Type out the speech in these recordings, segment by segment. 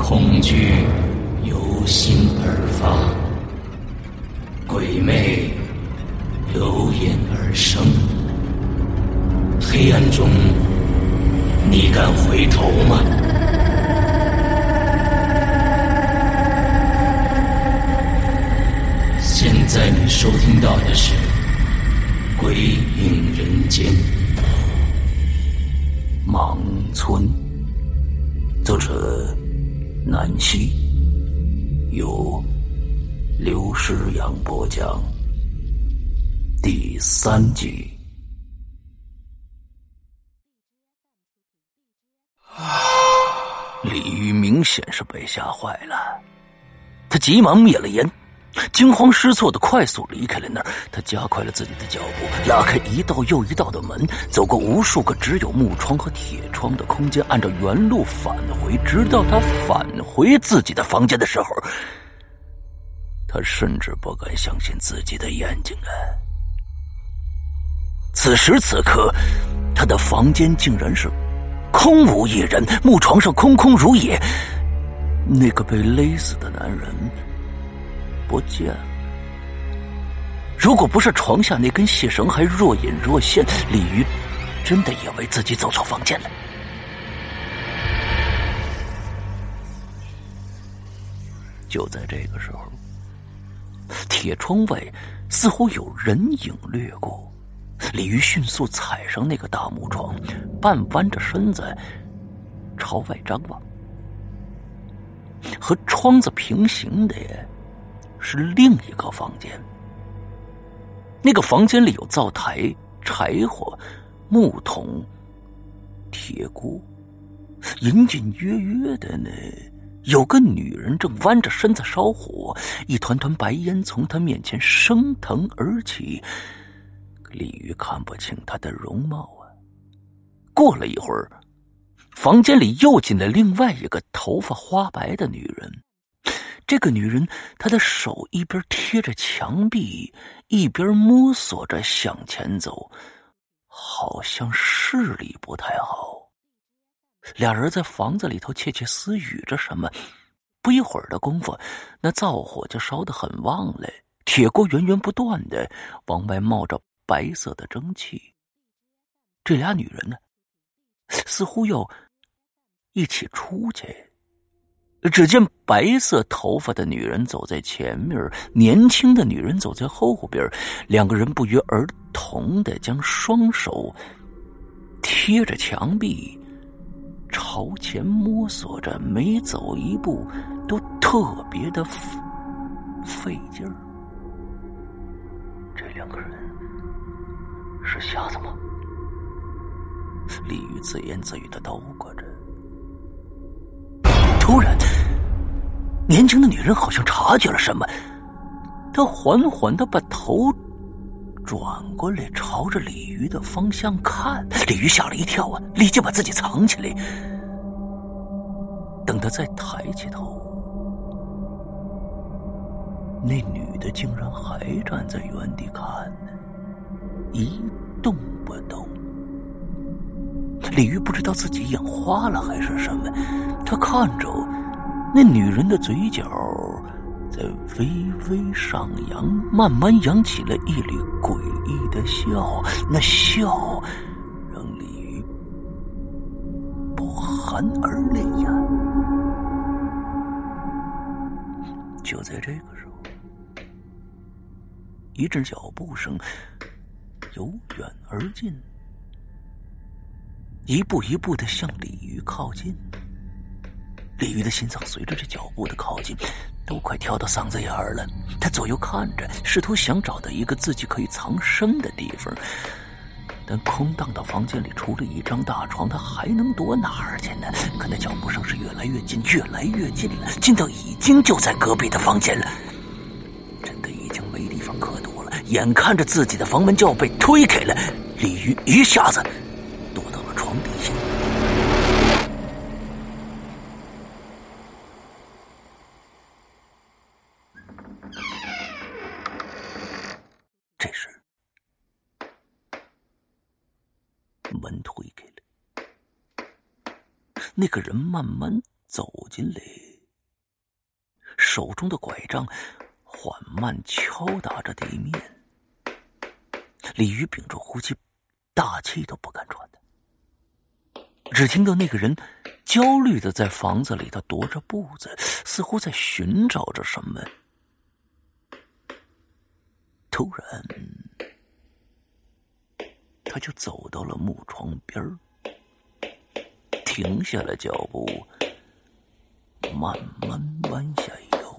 恐惧由心而发，鬼魅由眼而生。黑暗中，你敢回头吗？现在你收听到的是《鬼影人间》，盲村，作者南希，由刘诗阳播讲，第3集。李玉明显是被吓坏了，他急忙灭了烟，惊慌失措地快速离开了那儿。他加快了自己的脚步，拉开一道又一道的门，走过无数个只有木窗和铁窗的空间，按照原路返回。直到他返回自己的房间的时候，他甚至不敢相信自己的眼睛啊！此时此刻，他的房间竟然是空无一人，木床上空空如也，那个被勒死的男人不见了。如果不是床下那根细绳还若隐若现，李鱼真的以为自己走错房间了。就在这个时候，铁窗外似乎有人影掠过，李鱼迅速踩上那个大木床，半弯着身子朝外张望。和窗子平行的是另一个房间，那个房间里有灶台、柴火、木桶、铁锅，隐隐约约的呢，有个女人正弯着身子烧火，一团团白烟从她面前升腾而起。李鱼看不清她的容貌啊。过了一会儿，房间里又进了另外一个头发花白的女人。这个女人，她的手一边贴着墙壁，一边摸索着向前走，好像视力不太好。俩人在房子里头窃窃私语着什么，不一会儿的功夫，那灶火就烧得很旺了，铁锅源源不断的往外冒着白色的蒸汽。这俩女人呢，似乎要一起出去。只见白色头发的女人走在前面，年轻的女人走在后边，两个人不约而同地将双手贴着墙壁朝前摸索着，每走一步都特别的费劲儿。这两个人是瞎子吗？李鱼自言自语地叨咕着。突然，年轻的女人好像察觉了什么，她缓缓地把头转过来，朝着李鱼的方向看。李鱼吓了一跳啊，立即把自己藏起来。等他再抬起头，那女的竟然还站在原地看呢，一动不动。李鱼不知道自己眼花了还是什么，他看着那女人的嘴角在微微上扬，慢慢扬起了一缕诡异的笑，那笑让李鱼不寒而栗呀。就在这个时候，一阵脚步声由远而近，一步一步地向李鱼靠近。李鱼的心脏随着这脚步的靠近都快跳到嗓子眼儿了，他左右看着，试图想找到一个自己可以藏身的地方，但空荡的房间里除了一张大床，他还能躲哪儿去呢？可那脚步声是越来越近，越来越近了，近到已经就在隔壁的房间了。真的已经没地方可躲了，眼看着自己的房门就要被推开了，李鱼一下子躲到了床底下。这时门推开了，那个人慢慢走进来， 手中的拐杖缓慢敲打着地面。李鱼屏住呼吸，大气都不敢喘的。只听到那个人焦虑的在房子里头踱着步子，似乎在寻找着什么。突然他就走到了木床边，停下了脚步，慢慢弯下腰。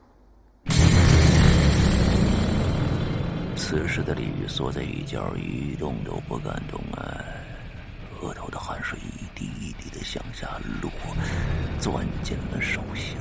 此时的李玉缩在一角，一动都不敢动啊，额头的汗水一滴一滴的向下落，钻进了手心。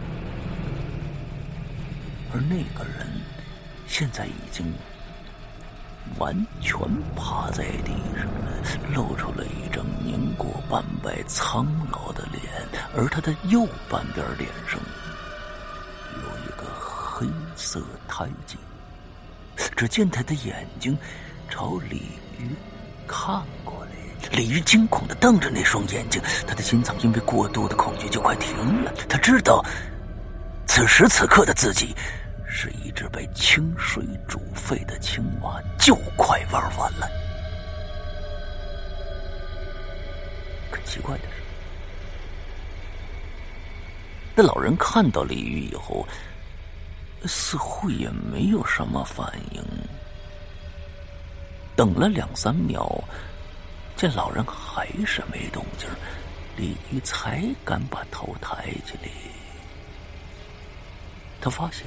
而那个人现在已经完全趴在地上了，露出了一张年过半百苍老的脸，而他的右半边脸上有一个黑色胎记。只见他的眼睛朝李鱼看过来，李鱼惊恐地瞪着那双眼睛，他的心脏因为过度的恐惧就快停了。他知道此时此刻的自己是一只被清水煮沸的青蛙，就快玩完了。可奇怪的是，那老人看到李鱼以后似乎也没有什么反应。等了2-3秒，见老人还是没动静，李鱼才敢把头抬起来。他发现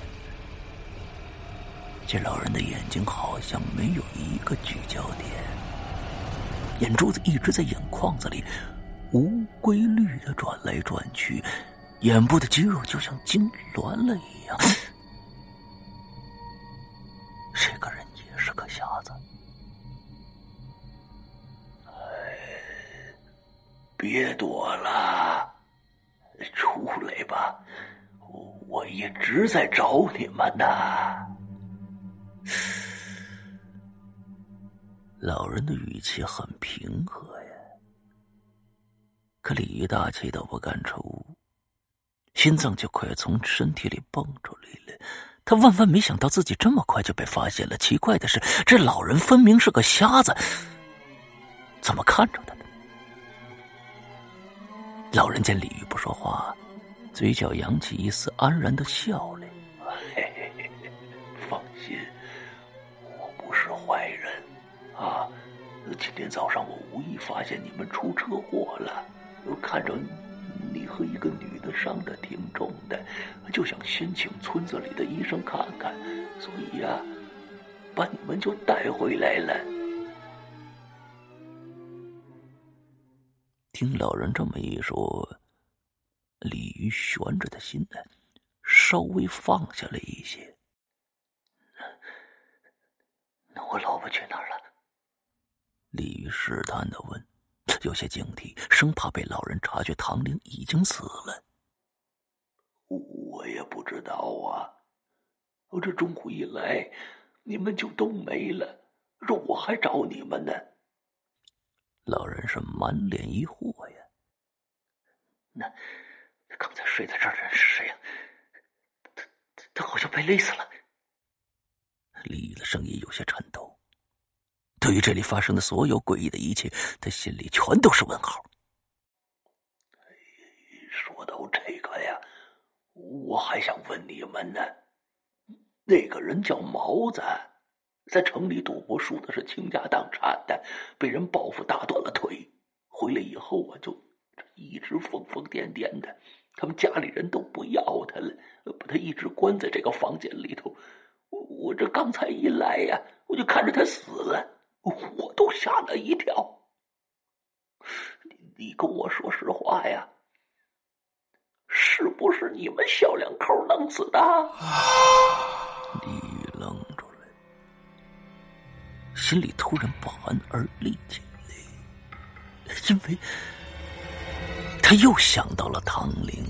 这老人的眼睛好像没有一个聚焦点，眼珠子一直在眼眶子里无规律地转来转去，眼部的肌肉就像痉挛了一样。这个人也是个瞎子。 别躲了，出来吧，我一直在找你们呢。 老人的语气很平和呀，可李鱼大气都不敢出，心脏就快从身体里蹦出来了。他万万没想到自己这么快就被发现了。奇怪的是，这老人分明是个瞎子，怎么看着他的？老人见李鱼不说话，嘴角扬起一丝安然的笑来。 放心，我不是坏人啊！今天早上我无意发现你们出车祸了，看着你和一个女的伤得挺重的，就想先请村子里的医生看看，所以啊，把你们就带回来了。 听老人这么一说，李鱼悬着的心呢，稍微放下了一些。 那我老婆去哪儿了？ 李鱼试探地问，有些警惕，生怕被老人察觉唐玲已经死了。 我也不知道啊，这中午一来，你们就都没了，说我还找你们呢。 老人是满脸疑惑呀。 那刚才睡在这儿的人是谁呀？他好像被勒死了。 李的声音有些颤抖，对于这里发生的所有诡异的一切，他心里全都是问号。 说到这个呀，我还想问你们呢。那个人叫毛子，在城里赌博输的是倾家荡产的，被人报复打断了腿，回来以后啊，就一直疯疯癫癫的，他们家里人都不要他了，把他一直关在这个房间里头。我这刚才一来呀，我就看着他死了，我都吓了一跳。你跟我说实话呀，是不是你们小两口弄死的？ 李玉愣住了，心里突然不寒而栗起来，因为他又想到了唐玲。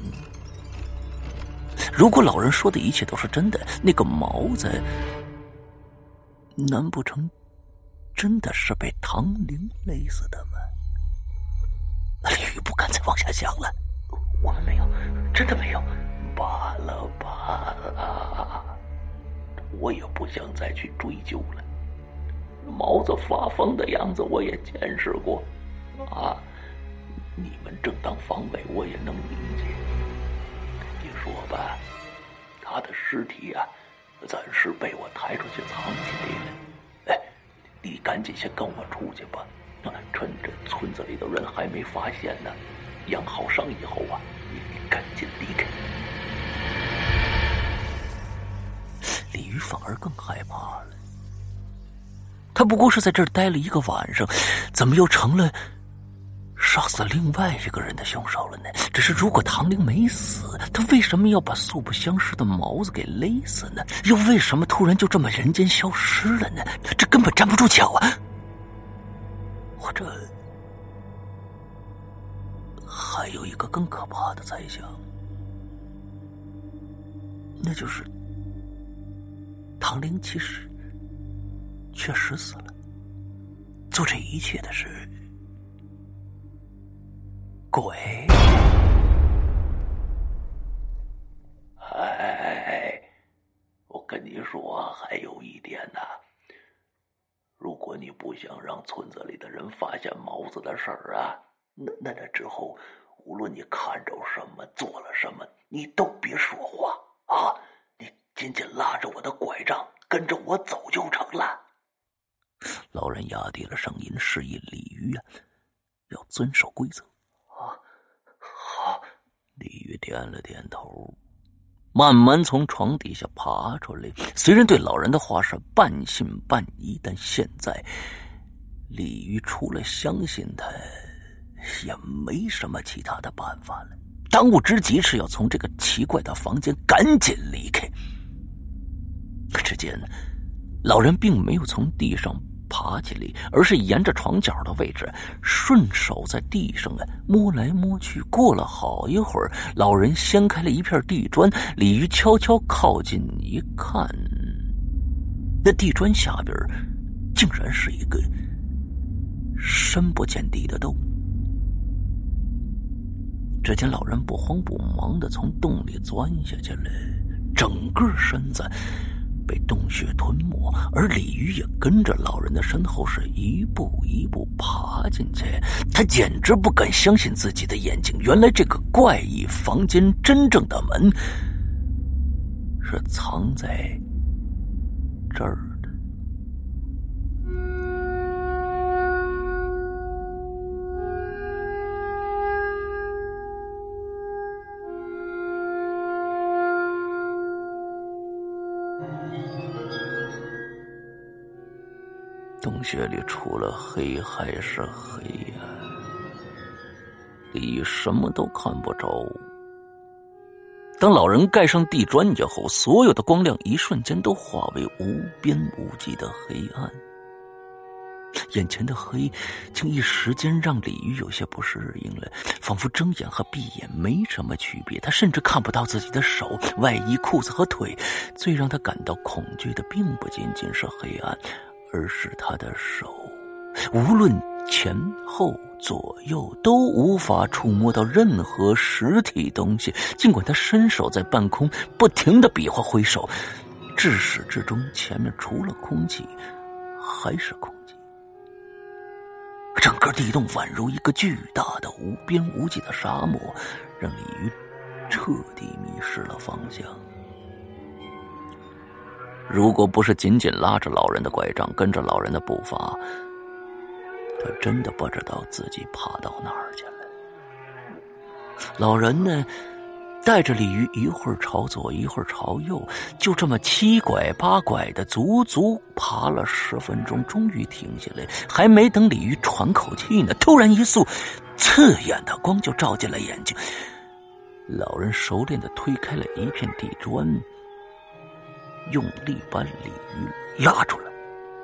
如果老人说的一切都是真的，那个毛子难不成真的是被唐玲勒死的吗？李玉不敢再往下想了。 我们没有，真的没有。罢了吧。 我也不想再去追究了。毛子发疯的样子我也见识过，你们正当防卫我也能理解。你说吧，他的尸体暂时被我抬出去藏起来了。你赶紧先跟我出去吧，趁着村子里的人还没发现呢，养好伤以后你赶紧离开。 李鱼反而更害怕了。他不过是在这儿待了一个晚上，怎么又成了杀死另外一个人的凶手了呢？只是如果唐玲没死，他为什么要把素不相识的毛子给勒死呢？又为什么突然就这么人间消失了呢？这根本站不住脚啊！或者还有一个更可怕的猜想，那就是唐玲其实确实死了，做这一切的是鬼。 我跟你说，还有一点呢，如果你不想让村子里的人发现毛子的事儿那之后无论你看着什么做了什么，你都别说话你紧紧拉着我的拐杖跟着我走就成了。 老人压低了声音，示意鲤鱼要遵守规则。 好。 鲤鱼点了点头，慢慢从床底下爬出来。虽然对老人的话是半信半疑，但现在鲤鱼除了相信他也没什么其他的办法了。当务之急是要从这个奇怪的房间赶紧离开。只见老人并没有从地上爬起来，而是沿着床角的位置顺手在地上摸来摸去。过了好一会儿，老人掀开了一片地砖，鲤鱼悄悄靠近一看，那地砖下边竟然是一个深不见底的洞。只见老人不慌不忙地从洞里钻下去了，整个身子被洞穴吞没，而鲤鱼也跟着老人的身后是一步一步爬进去。他简直不敢相信自己的眼睛，原来这个怪异房间真正的门是藏在这儿的。洞穴里除了黑还是黑鲤鱼什么都看不着。当老人盖上地砖以后，所有的光亮一瞬间都化为无边无际的黑暗。眼前的黑竟一时间让鲤鱼有些不适应了，仿佛睁眼和闭眼没什么区别。他甚至看不到自己的手、外衣、裤子和腿。最让他感到恐惧的并不仅仅是黑暗，而是他的手，无论前后左右都无法触摸到任何实体东西。尽管他伸手在半空不停地比划挥手，至始至终前面除了空气还是空气。整个地洞宛如一个巨大的无边无际的沙漠，让鲤鱼彻底迷失了方向。如果不是紧紧拉着老人的拐杖，跟着老人的步伐，他真的不知道自己爬到哪儿去了。老人呢，带着鲤鱼一会儿朝左一会儿朝右，就这么七拐八拐的足足爬了10分钟，终于停下来。还没等鲤鱼喘口气呢，突然一束刺眼的光就照进了眼睛。老人熟练地推开了一片地砖，用力把鲤鱼拉出来。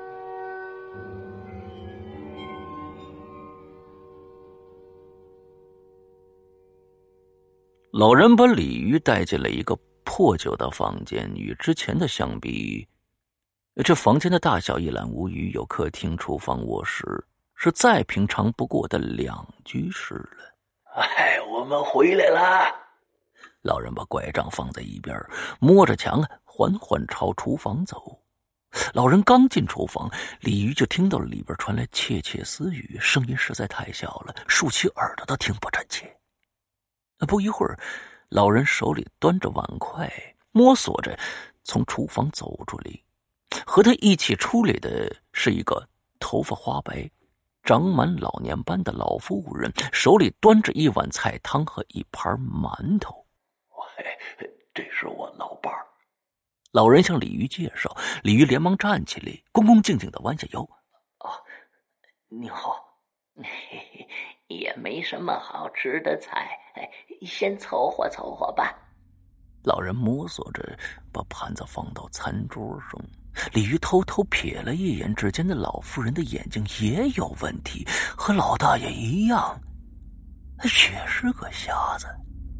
老人把鲤鱼带进了一个破旧的房间，与之前的相比，这房间的大小一览无余，有客厅、厨房、卧室，是再平常不过的2居室了。 我们回来了。 老人把拐杖放在一边，摸着墙缓缓朝厨房走。老人刚进厨房，鲤鱼就听到了里边传来窃窃私语，声音实在太小了，竖起耳朵都听不真切。不一会儿，老人手里端着碗筷，摸索着从厨房走出来。和他一起出来的是一个头发花白、长满老年斑的老妇人，手里端着一碗菜汤和一盘馒头。 这是我老伴儿。 老人向鲤鱼介绍，鲤鱼连忙站起来，恭恭敬敬地弯下腰。 您好。 也没什么好吃的菜，先凑合凑合吧。 老人摸索着把盘子放到餐桌上，鲤鱼偷偷瞥了一眼，只见那老妇人的眼睛也有问题，和老大爷一样，也是个瞎子。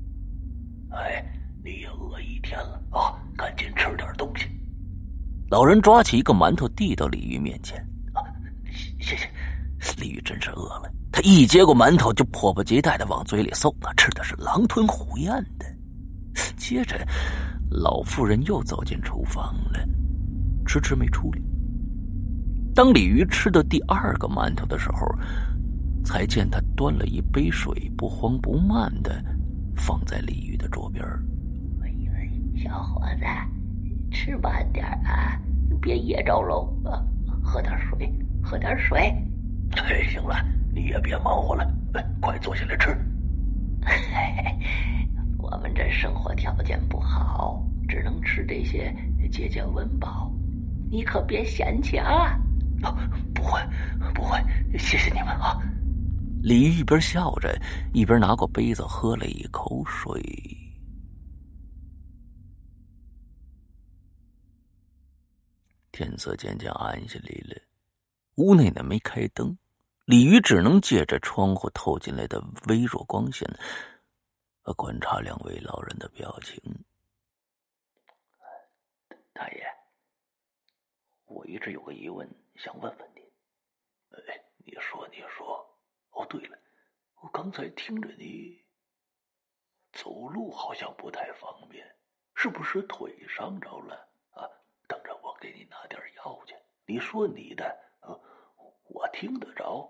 你也饿一天了啊，赶紧吃点东西。 老人抓起一个馒头递到鲤鱼面前。 谢谢。 鲤鱼真是饿了，他一接过馒头就迫不及待地往嘴里送，吃的是狼吞虎咽的。接着老妇人又走进厨房了，迟迟没出来。当鲤鱼吃到第二个馒头的时候，才见他端了一杯水，不慌不慢地放在鲤鱼的桌边。 小伙子，吃慢点啊，别噎着喽。喝点水，喝点水。 行了，你也别忙活了，快坐下来吃。 我们这生活条件不好，只能吃这些解解温饱，你可别嫌弃啊。 不会，谢谢你们啊。 鲤鱼一边笑着，一边拿过杯子喝了一口水。天色渐渐暗下来了，屋内呢没开灯，鲤鱼只能借着窗户透进来的微弱光线观察两位老人的表情。 大爷，我一直有个疑问想问问您。你说。对了，我刚才听着你走路好像不太方便，是不是腿伤着了啊？等着我给你拿点药去。你说你的，我听得着。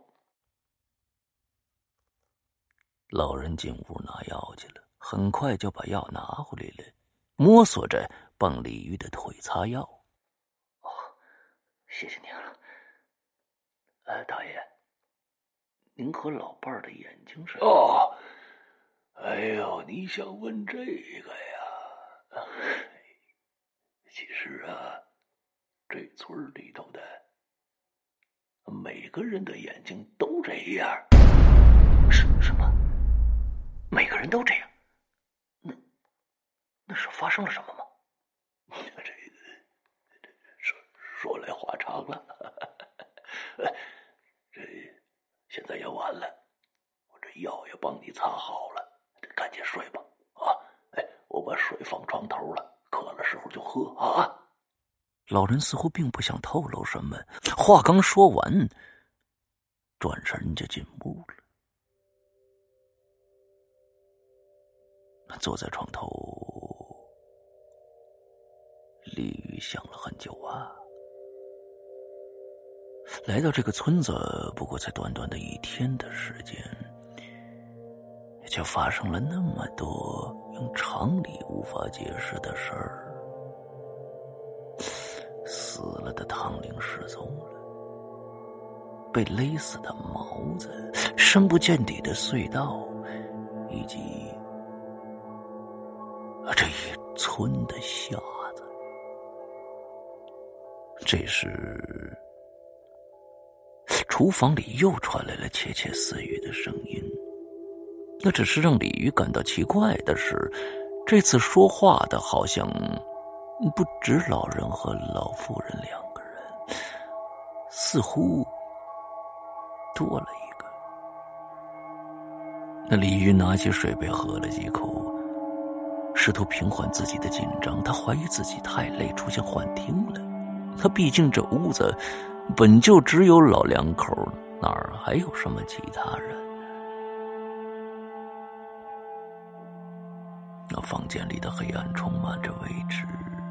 老人进屋拿药去了，很快就把药拿回来了，摸索着帮鲤鱼的腿擦药。 谢谢您了。大爷，您和老伴儿的眼睛是？你想问这个呀？其实啊，这村里头的每个人的眼睛都这样。什么？每个人都这样？那是发生了什么吗？这说来话长了。这现在也晚了，我这药也帮你擦好了，赶紧睡吧。我把水放床头了，渴了时候就喝啊。 老人似乎并不想透露什么，话刚说完，转身就进屋了。坐在床头，鲤鱼想了很久啊。来到这个村子不过才短短的1天的时间，却发生了那么多用常理无法解释的事儿。死了的唐玲失踪了，被勒死的毛子，深不见底的隧道，以及这一村的瞎子。这时厨房里又传来了窃窃私语的声音。那只是让鲤鱼感到奇怪的是，这次说话的好像不止老人和老妇人2个人，似乎多了一个。那鲤鱼拿起水杯喝了几口，试图平缓自己的紧张。他怀疑自己太累，出现幻听了。他毕竟这屋子本就只有老2口，哪儿还有什么其他人？ 那房间里的黑暗充满着未知。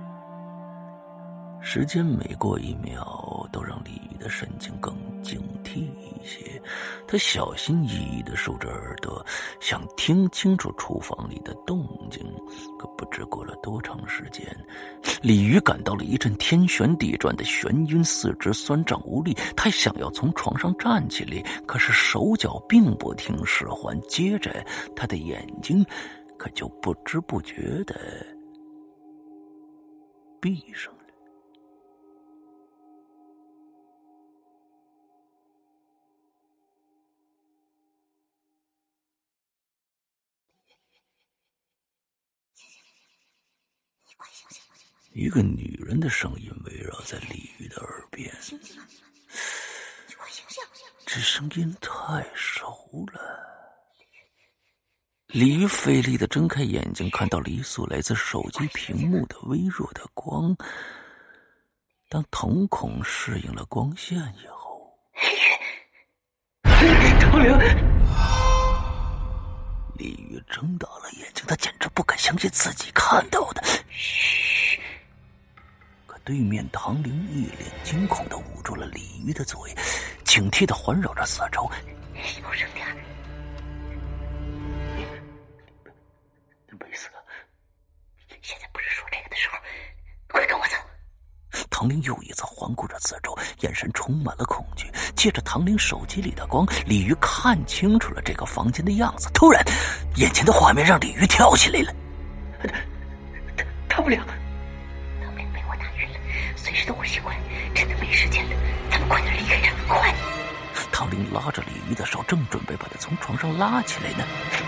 时间每过一秒，都让李宇的神经更警惕一些。他小心翼翼地竖着耳朵，想听清楚厨房里的动静。可不知过了多长时间，李宇感到了一阵天旋地转的眩晕，四肢酸胀无力。他想要从床上站起来，可是手脚并不听使唤。接着，他的眼睛可就不知不觉地闭上了。一个女人的声音围绕在李宇的耳边，这声音太熟了。李宇费力地睁开眼睛，看到李素来自手机屏幕的微弱的光。当瞳孔适应了光线以后， 唐玲， 李宇睁大了眼睛，他简直不敢相信自己看到的。嘘！可对面唐玲一脸惊恐地捂住了李宇的嘴，警惕地环绕着四周。 小声点， 没死。 现在不是说这个的时候，快跟我走。 唐玲又一次环顾着四周，眼神充满了恐惧。借着唐玲手机里的光，李宇看清楚了这个房间的样子。突然，眼前的画面让李宇跳起来了。 他们俩被我打晕了，随时都会醒过来，真的没时间了，咱们快点离开这儿，快！ 唐玲拉着李宇的手，正准备把他从床上拉起来呢。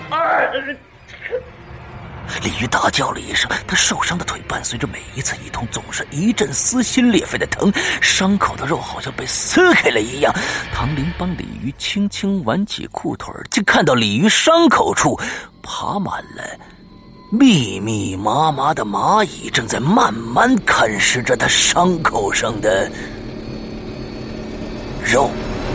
李宇大叫了一声，他受伤的腿伴随着每一次一痛，总是一阵撕心裂肺的疼，伤口的肉好像被撕开了一样。唐玲帮李宇轻轻挽起裤腿，竟看到李宇伤口处爬满了密密麻麻的蚂蚁，正在慢慢啃食着他伤口上的肉。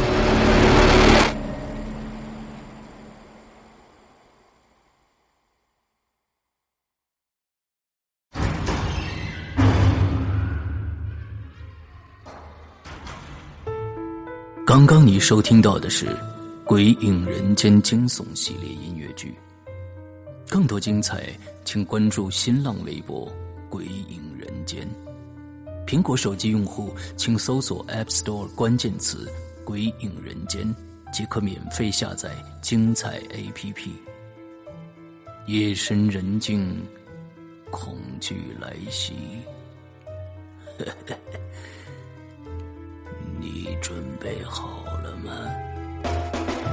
刚刚你收听到的是《鬼影人间》惊悚系列音乐剧，更多精彩请关注新浪微博“鬼影人间”。苹果手机用户请搜索 App Store 关键词“鬼影人间”，即可免费下载精彩 APP。夜深人静，恐惧来袭。你准备好了吗？